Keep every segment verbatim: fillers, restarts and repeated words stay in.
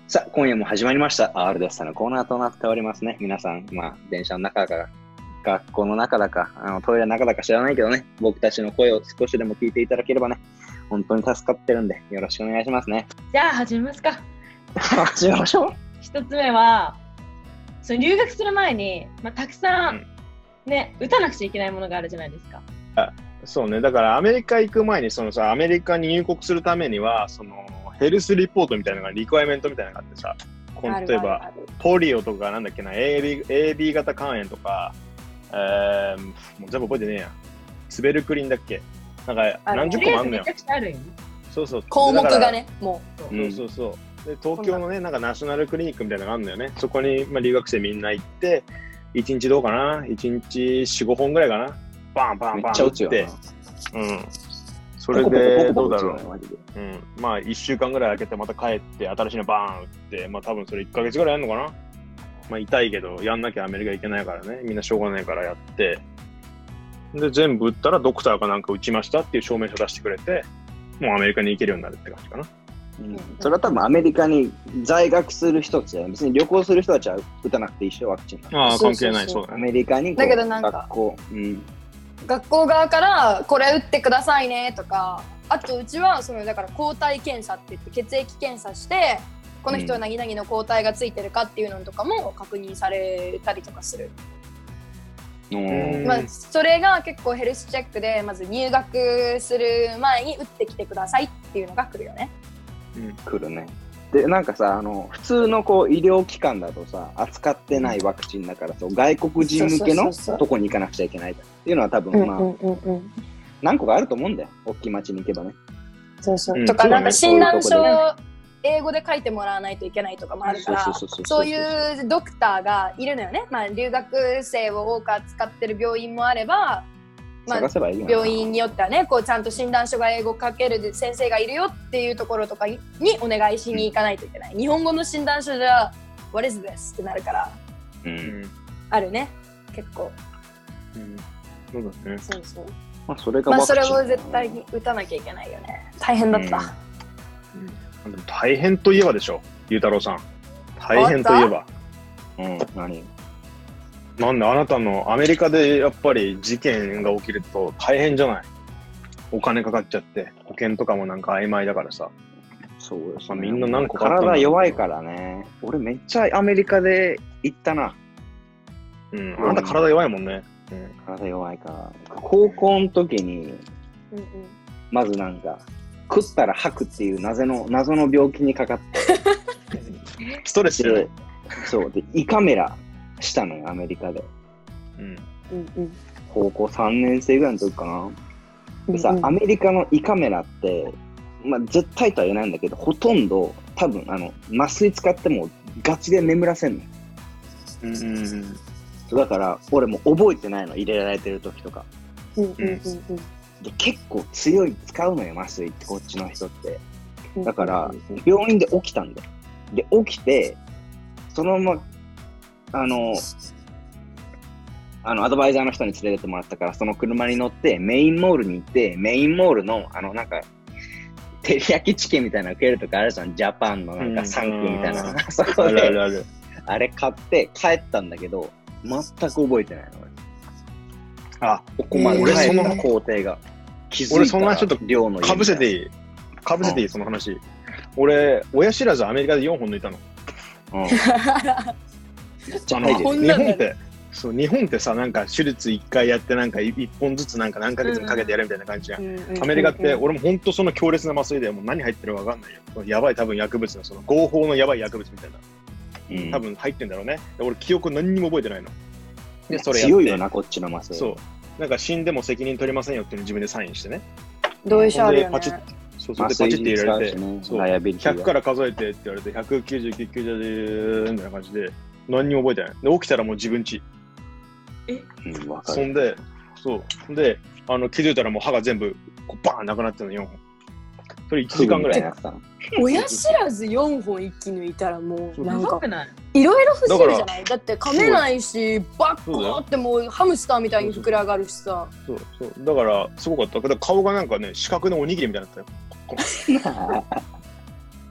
さあ、今夜も始まりました。アール ですのコーナーとなっておりますね。皆さん、まあ、電車の中だか、学校の中だか、あのトイレの中だか知らないけどね、僕たちの声を少しでも聞いていただければね、本当に助かってるんで、よろしくお願いしますね。 じゃあ、始めますか。 始めましょう。 一つ目は、その留学する前に、まあ、たくさん、うん、ね、打たなくちゃいけないものがあるじゃないですか。 あ、そうね。だからアメリカ行く前に、そのさ、アメリカに入国するためには、その、ヘルスリポートみたいなのがリクワイメントみたいなのがあってさ、この例えばポリオとかなんだっけな エービー, エービー 型肝炎とか、えー、もう全部覚えてねえや、スベルクリンだっけ、なんか何十個もあんのよ。そうそう、 項目がね、もうそうそうそうで東京のね、なんかナショナルクリニックみたいなのがあるんだよね。そこに、まあ、留学生みんな行っていちにちどうかな、いちにち よん,ご 本ぐらいかな、バンバンバン打って、うん、それでどうだろう、うん、まあいっしゅうかんぐらい空けてまた帰って新しいのバーン打って、まあ多分それいっかげつぐらいやるのかな。まあ痛いけどやんなきゃアメリカ行けないからね、みんなしょうがないからやって、で全部打ったらドクターかなんか打ちましたっていう証明書出してくれて、もうアメリカに行けるようになるって感じかな。 うん、それは多分アメリカに在学する人たちは別に旅行する人たちは打たなくていいし、ワクチン。 ああ、関係ない。そうだね。 アメリカにだけどなんか学校、うん、 学校側からこれ打ってくださいねとか、あとうちはそのだから抗体検査って言って血液検査してこの人は何々の抗体がついてるかっていうのとかも確認されたりとかする。 うんまあ、それが結構ヘルスチェックで、まず入学する前に打ってきてくださいっていうのが来るよね。 うん、来るね。で、なんかさ、あの普通のこう医療機関だとさ、扱ってないワクチンだからさ、外国人向けのとこに行かなくちゃいけないっていうのは多分まあ、うんうんうんうん、何個かあると思うんだよ、大きい町に行けばね。 そうそう、うん、とかなんか診断書を英語で書いてもらわないといけないとかもあるから、そういうドクターがいるのよね。まあ留学生を多く扱ってる病院もあれば、まあ、病院によってはね、こうちゃんと診断書が英語書ける先生がいるよっていうところとかにお願いしに行かないといけない。日本語の診断書じゃ What is this? ってなるから、 うん、 あるね、結構。 うん、そうだね。 そうそう。 まあそれがまあそれを絶対に打たなきゃいけないよね。大変だった。 うんうん、大変といえばでしょ、ゆうたろうさん。大変といえば。 うん、何？ なんであなたのアメリカでやっぱり事件が起きると大変じゃない？お金かかっちゃって保険とかもなんか曖昧だからさ。 そうですね、 まあ、みんな何個かあったんだ。 体弱いからね。俺めっちゃアメリカで行ったな。 うん、あなた体弱いもんね。 うん、体弱いから。高校の時に、うんうん、まずなんか食ったら吐くっていう謎の謎の病気にかかってストレスで、 そうで胃カメラしたのよ、アメリカで。 うんうん、 高校さんねん生ぐらいの時かな。でさ、うんうん、アメリカの胃カメラって、まあ、絶対とは言えないんだけど、ほとんど多分あの麻酔使ってもガチで眠らせんの。 うんうんうん、 だから俺も覚えてないの、入れられてる時とか。 うんうんうんうん、 で結構強い使うのよ、麻酔ってこっちの人って。だから病院で起きたんだよ。で起きてそのままあのあのアドバイザーの人に連れてってもらったから、その車に乗ってメインモールに行って、メインモールのあのなんか照り焼きチキンみたいなの受けるとかあるじゃん、ジャパンのなんかサンクみたいな、うん、そこで あ, るあ, るあれ買って帰ったんだけど全く覚えてないの。 あ、 ここまで帰った工程が気づいたら、 俺そんなちょっと量のかぶせていいかぶせていい、うん、その話。俺親知らずアメリカでよんほん抜いたの。うん、あの日本ってそう日本ってさ、なんか手術いっかいやってなんかいっぽんずつなんか何ヶ月もかけてやるみたいな感じじゃん、うん、アメリカって、うん、俺も本当その強烈な麻酔でもう何入ってるか分かんないよ。やばい、多分薬物のその合法のやばい薬物みたいな、うん、多分入ってんだろうね。俺記憶何にも覚えてないので、それやって強いよなこっちの麻酔。 そうなんか死んでも責任取りませんよっていうの自分でサインしてね、 同意書あるよね。 そうそうでパチって入れられて、ね、そうひゃくから数えてって言われてひゃくきゅうじゅうきゅう、きゅうじゅうみたいな感じで何にも覚えてないで、起きたらもう自分ち。 え、 うん、分かる。 そんでそうであの気づいたらもう歯が全部こうバーンなくなってるのよんほん。それいちじかんぐらいやったの。 親知らずよんほん一気抜いたらもうなんかないいろいろ不自由じゃない？だって噛めないしバッコーってもうハムスターみたいに膨れ上がるしさ。 そうそうそうだからすごかった。だから顔がなんかね四角のおにぎりみたいになったよ。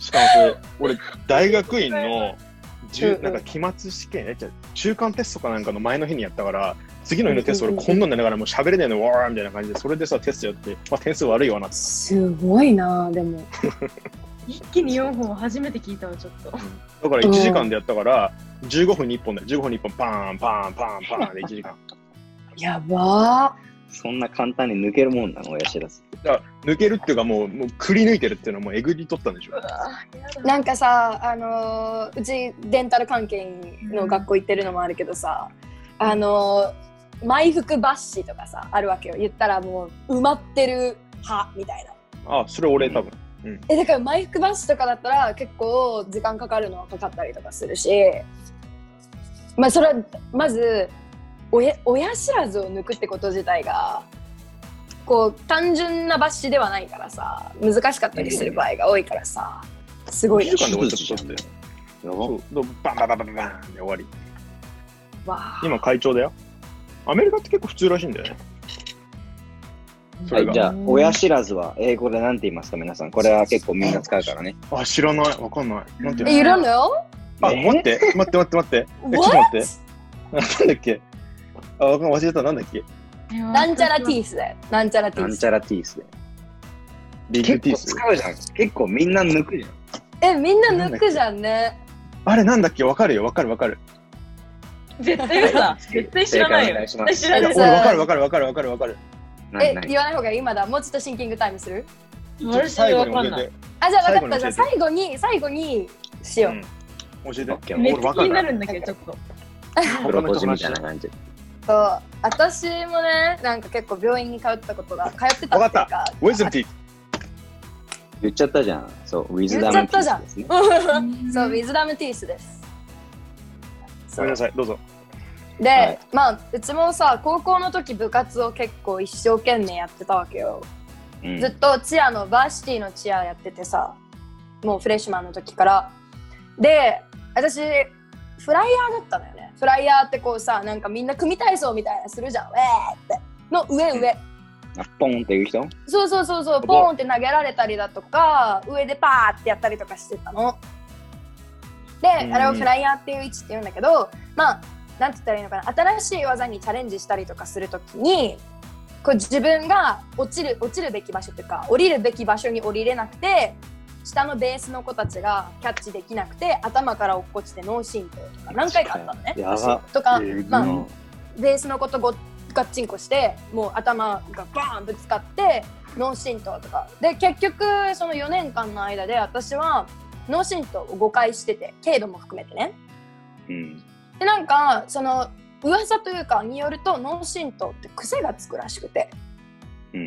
しかもそれ、俺、大学院の、なんか期末試験、え、じゃ中間テストかなんかの前の日にやったから、次の日のテスト俺こんなんでながらもう喋れないの、わーみたいな感じで、それでさ、テストやって、まあ点数悪いわなって。 すごいな、でも。 一気によんほん初めて聞いたわ、ちょっと。だからいちじかんでやったから、じゅうごふんにいっぽんだよ。じゅうごふんにいっぽん、パーン、パーン、パーン、パーンでいちじかん。 やばー。 そんな簡単に抜けるもんなの、親知らず。 だ抜けるっていうかもう、もうくり抜いてるっていうのはもうえぐり取ったんでしょ。 なんかさ、あのー、うちデンタル関係の学校行ってるのもあるけどさ、うん、あのー、毎服抜歯とかさ、あるわけよ。言ったらもう埋まってる歯みたいな。 あ、それ俺多分。 うん、えだから毎服抜歯とかだったら結構時間かかるのはかかったりとかするし、まあそれはまず親, 親知らずを抜くってこと自体がこう単純な抜歯ではないからさ、難しかったりする場合が多いからさ、すごい。 いちじかんで終わっちゃったんだよ。そうバンバンバンバンバンで終わり。わ今会長だよ。アメリカって結構普通らしいんだよね。 はい、じゃあ親知らずは英語でなんて言いますか皆さん。これは結構みんな使うからね。 あ、知らない、わかんない。なんて言うの？え、いるのよ。 あ、待って、待って待って待って。え、ちょっと待って。なんだっけ。あ、わかん忘れた。なんだっけ。 なんちゃらティースだよ。なんちゃらティース。 なんちゃらティースで。 ビッグティース。 結構使うじゃん。結構みんな抜くじゃん。え、みんな抜くじゃんね。 あれなんだっけ。わかるよ。わかるわかる。 絶対さ、絶対知らないよ。絶対知らない。 俺わかるわかるわかるわかるわかる。 え、言わない方がいいまだ。もうちょっとシンキングタイムする？ 最後に分かんない。 あ、じゃあ分かった。じゃあ最後に最後にしよう。教えて。 めっちゃ気になるんだけどちょっと。 プロポジみたいな感じ。 そう、私もね、なんか結構病院に通ったことが、通ってたっていうか。 ウィズダムティース。 言っちゃったじゃん。そう、ウィズダムティースですね。 そう、ウィズダムティースです。 ごめんなさい、どうぞ。 で、はい、まあうちもさ、高校の時部活を結構一生懸命やってたわけよ、うん、ずっとチアのバーシティのチアやっててさ、もうフレッシュマンの時から。で、私フライヤーだったのよね。フライヤーってこうさ、なんかみんな組体操みたいなするじゃん、ウェーっての上上、 うん、あ、ポンっていう人？ そうそうそうそう、ポンって投げられたりだとか、上でパーってやったりとかしてたので、あれをフライヤーっていう位置って言うんだけど、まあなんて言ったらいいのかな、新しい技にチャレンジしたりとかするときに、こう自分が落ちる落ちるべき場所というか、降りるべき場所に降りれなくて、下のベースの子たちがキャッチできなくて、頭から落っこちて脳震盪とか何回かあったのね。とか、まあ、ベースの子とごガッチンコして、もう頭がバーンぶつかって脳震盪とかで、結局そのよねんかんの間で私は脳震盪をごかいしてて、軽度も含めてね。うん、でなんかその噂というかによると、脳震盪って癖がつくらしくて、うん、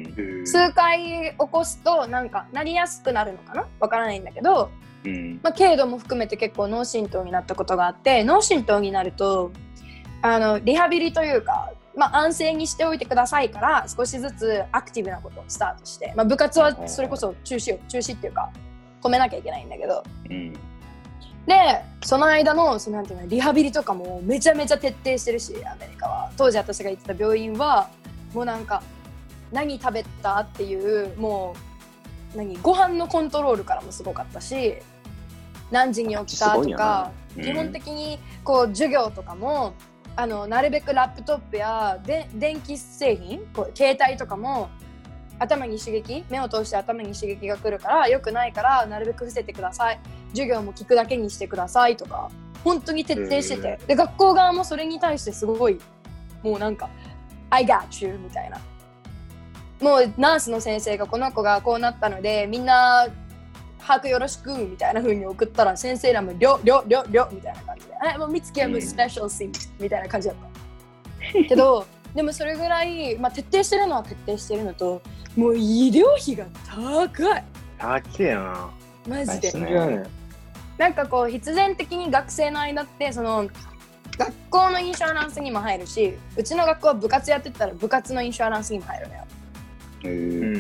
数回起こすとなんかなりやすくなるのかな、わからないんだけど、うん、まあ、軽度も含めて結構脳震盪になったことがあって、脳震盪になるとあのリハビリというか、まあ、安静にしておいてくださいから少しずつアクティブなことをスタートして、まあ、部活はそれこそ中止を中止っていうか止めなきゃいけないんだけど、うん、でその間のそのなんていうのリハビリとかもめちゃめちゃ徹底してるし、アメリカは当時私が行ってた病院はもうなんか何食べたっていうもう何ご飯のコントロールからもすごかったし、何時に起きたとか、うん、基本的にこう授業とかもあのなるべくラップトップやで電気製品こう携帯とかも頭に刺激目を通して頭に刺激が来るから良くないからなるべく伏せてください、授業も聞くだけにしてくださいとか本当に徹底してて、で学校側もそれに対してすごいもうなんか I got you みたいな、もうナースの先生がこの子がこうなったのでみんな把握よろしくみたいな風に送ったら、先生らもりょりょりょりょみたいな感じで、あもうみつきはもうスペシャルシートみたいな感じだったけどでもそれぐらい、まあ、徹底してるのは徹底してるのと、もう医療費が高い高いなマジで、 ね、 なんかこう必然的に学生の間ってその学校のインシュアランスにも入るし、うちの学校は部活やってたら部活のインシュアランスにも入るのよ。うん、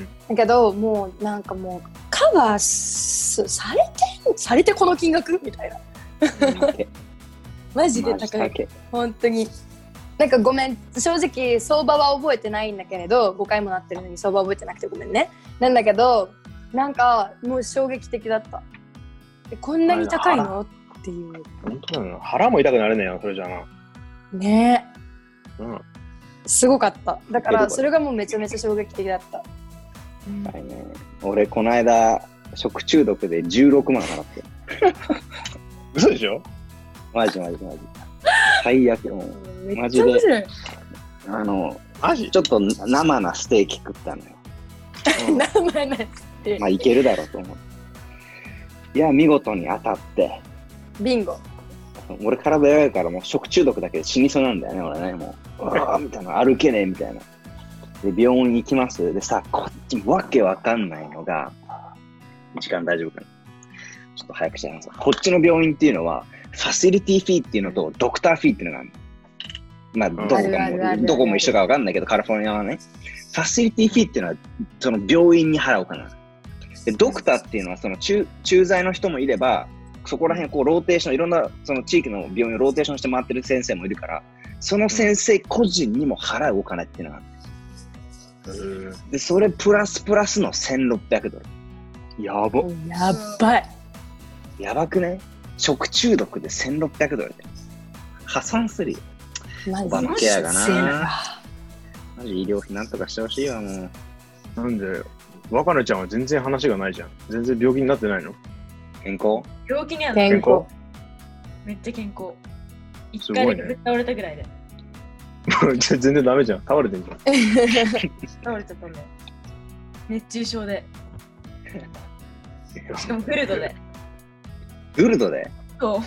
だけどもうなんかもうカバーされてされてこの金額みたいなマジで高い本当に。なんかごめん正直相場は覚えてないんだけれど、ごかいもなってるのに相場覚えてなくてごめんね。なんだけどなんかもう衝撃的だった。 こんなに高いのっていう。 本当だよな。腹も痛くなれねえよ、それじゃな。 ねえ。うん。 すごかった。だからそれがもうめちゃめちゃ衝撃的だった。 うん、はいね、俺この間食中毒でじゅうろくまん払って。 嘘でしょ？ マジマジマジ。最悪もうマジで。あのマジ？ ちょっと生なステーキ食ったのよ。 生なステーキ。 まあいけるだろうと思う。いや見事に当たって。 ビンゴ。 俺体弱いからもう食中毒だけで死にそうなんだよね俺ねもう。うわーみたいな歩けねえみたいな。で病院行きます。でさこっちわけわかんないのが時間大丈夫かな。ちょっと早くしちゃいます。こっちの病院っていうのはファシリティフィーっていうのとドクターフィーっていうのがある。まあどこかもどこも一緒かわかんないけどカリフォルニアはね。ファシリティフィーっていうのはその病院に払うかな。でドクターっていうのはその駐駐在の人もいればそこら辺こうローテーションいろんなその地域の病院をローテーションして回ってる先生もいるからその先生個人にも払うお金っていうのがある。でそれプラスプラスのせんろっぴゃくドル。 やば。 やばい。 やばくね？食中毒でせんろっぴゃくドルで破産するよ。オバマケアがな。マジ医療費なんとかしてほしいわもう。 なんで若菜ちゃんは全然話がないじゃん。全然病気になってないの？ 健康？ 病気には健康。 めっちゃ健康。一回でぶっ倒れたぐらいで。 全然ダメじゃん。倒れてんじゃん。 倒れちゃったんだよ。熱中症で。しかもフルドで。 フルドで？ そう。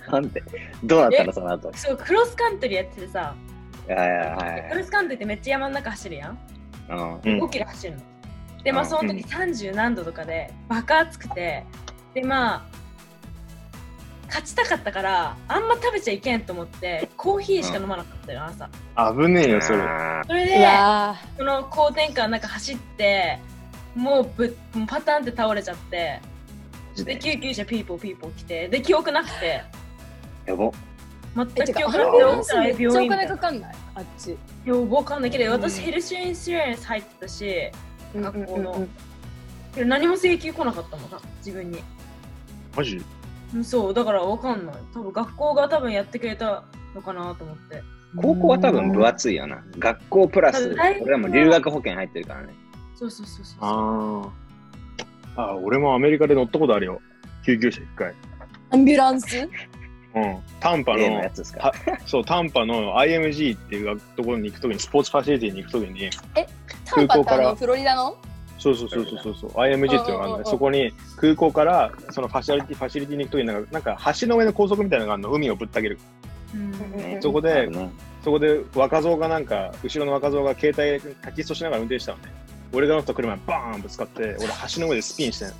なんでどうなったのその後？ そう、クロスカントリーやっててさ。 いやいやはい。 クロスカントリーってめっちゃ山の中走るやん。 うん。 ごキロ走るの。で、まあその時さんじゅう何度とかでバカ暑くて、でまあ勝ちたかったからあんま食べちゃいけんと思ってコーヒーしか飲まなかったよ朝。 危ねえよそれ。 それでその氷点下の中走ってもうぶもうパタンって倒れちゃって、で救急車ピーポーピーポー来て、で記憶なくて。 やば。 全く記憶なくて起きたら病院。めっちゃお金かかんないあっち。 いやわかんないけど私ヘルスインシュレンス入ってたし。学校の、うんうんうん、何も請求来なかったもんな自分に。 マジ？ そうだからわかんない。多分学校が多分やってくれたのかなと思って。 高校は多分分厚いよな。学校プラス俺はもう留学保険入ってるからね。 そうそうそうそう。 ああ俺もアメリカで乗ったことあるよ救急車一回。 アンビュランス？ うん、タンパの、 やつですか？ そうタンパの アイエムジー っていうところに行くときにスポーツファシリティに行くときにえタンパってあのフロリダの？ そうそうそうそうそう アイエムジー っていうのがあるんで、そこに空港からそのファシリティファシリティに行くときになんかなんか橋の上の高速みたいなのがあるの、海をぶった切る。 うんそこで、ね、そこで若造がなんか後ろの若造が携帯タキストしながら運転したのね。俺が乗った車にバーンぶつかって俺橋の上でスピンしてん。 や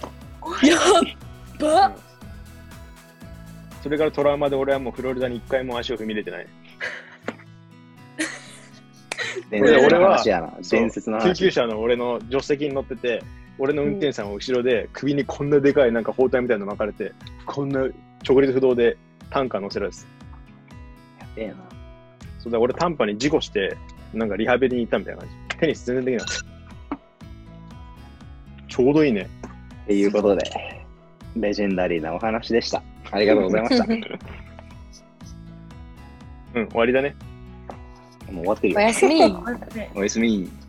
っば。 それからトラウマで俺はもうフロリダに一回も足を踏み入れてない。俺は伝説の話。 救急車の俺の助手席に乗ってて、俺の運転手さんを後ろで首にこんなでかいなんか包帯みたいなの巻かれて、こんな直立不動でタンカー乗せられてた。 やべえな。 そうだ、俺タンパに事故してなんかリハビリに行ったみたいな感じ。テニス全然できなかった。ちょうどいいね。 っていうことでレジェンダリーなお話でした。ありがとうございました。 うん、終わりだね。 もう終わってるよ。 おやすみ。 おやすみ。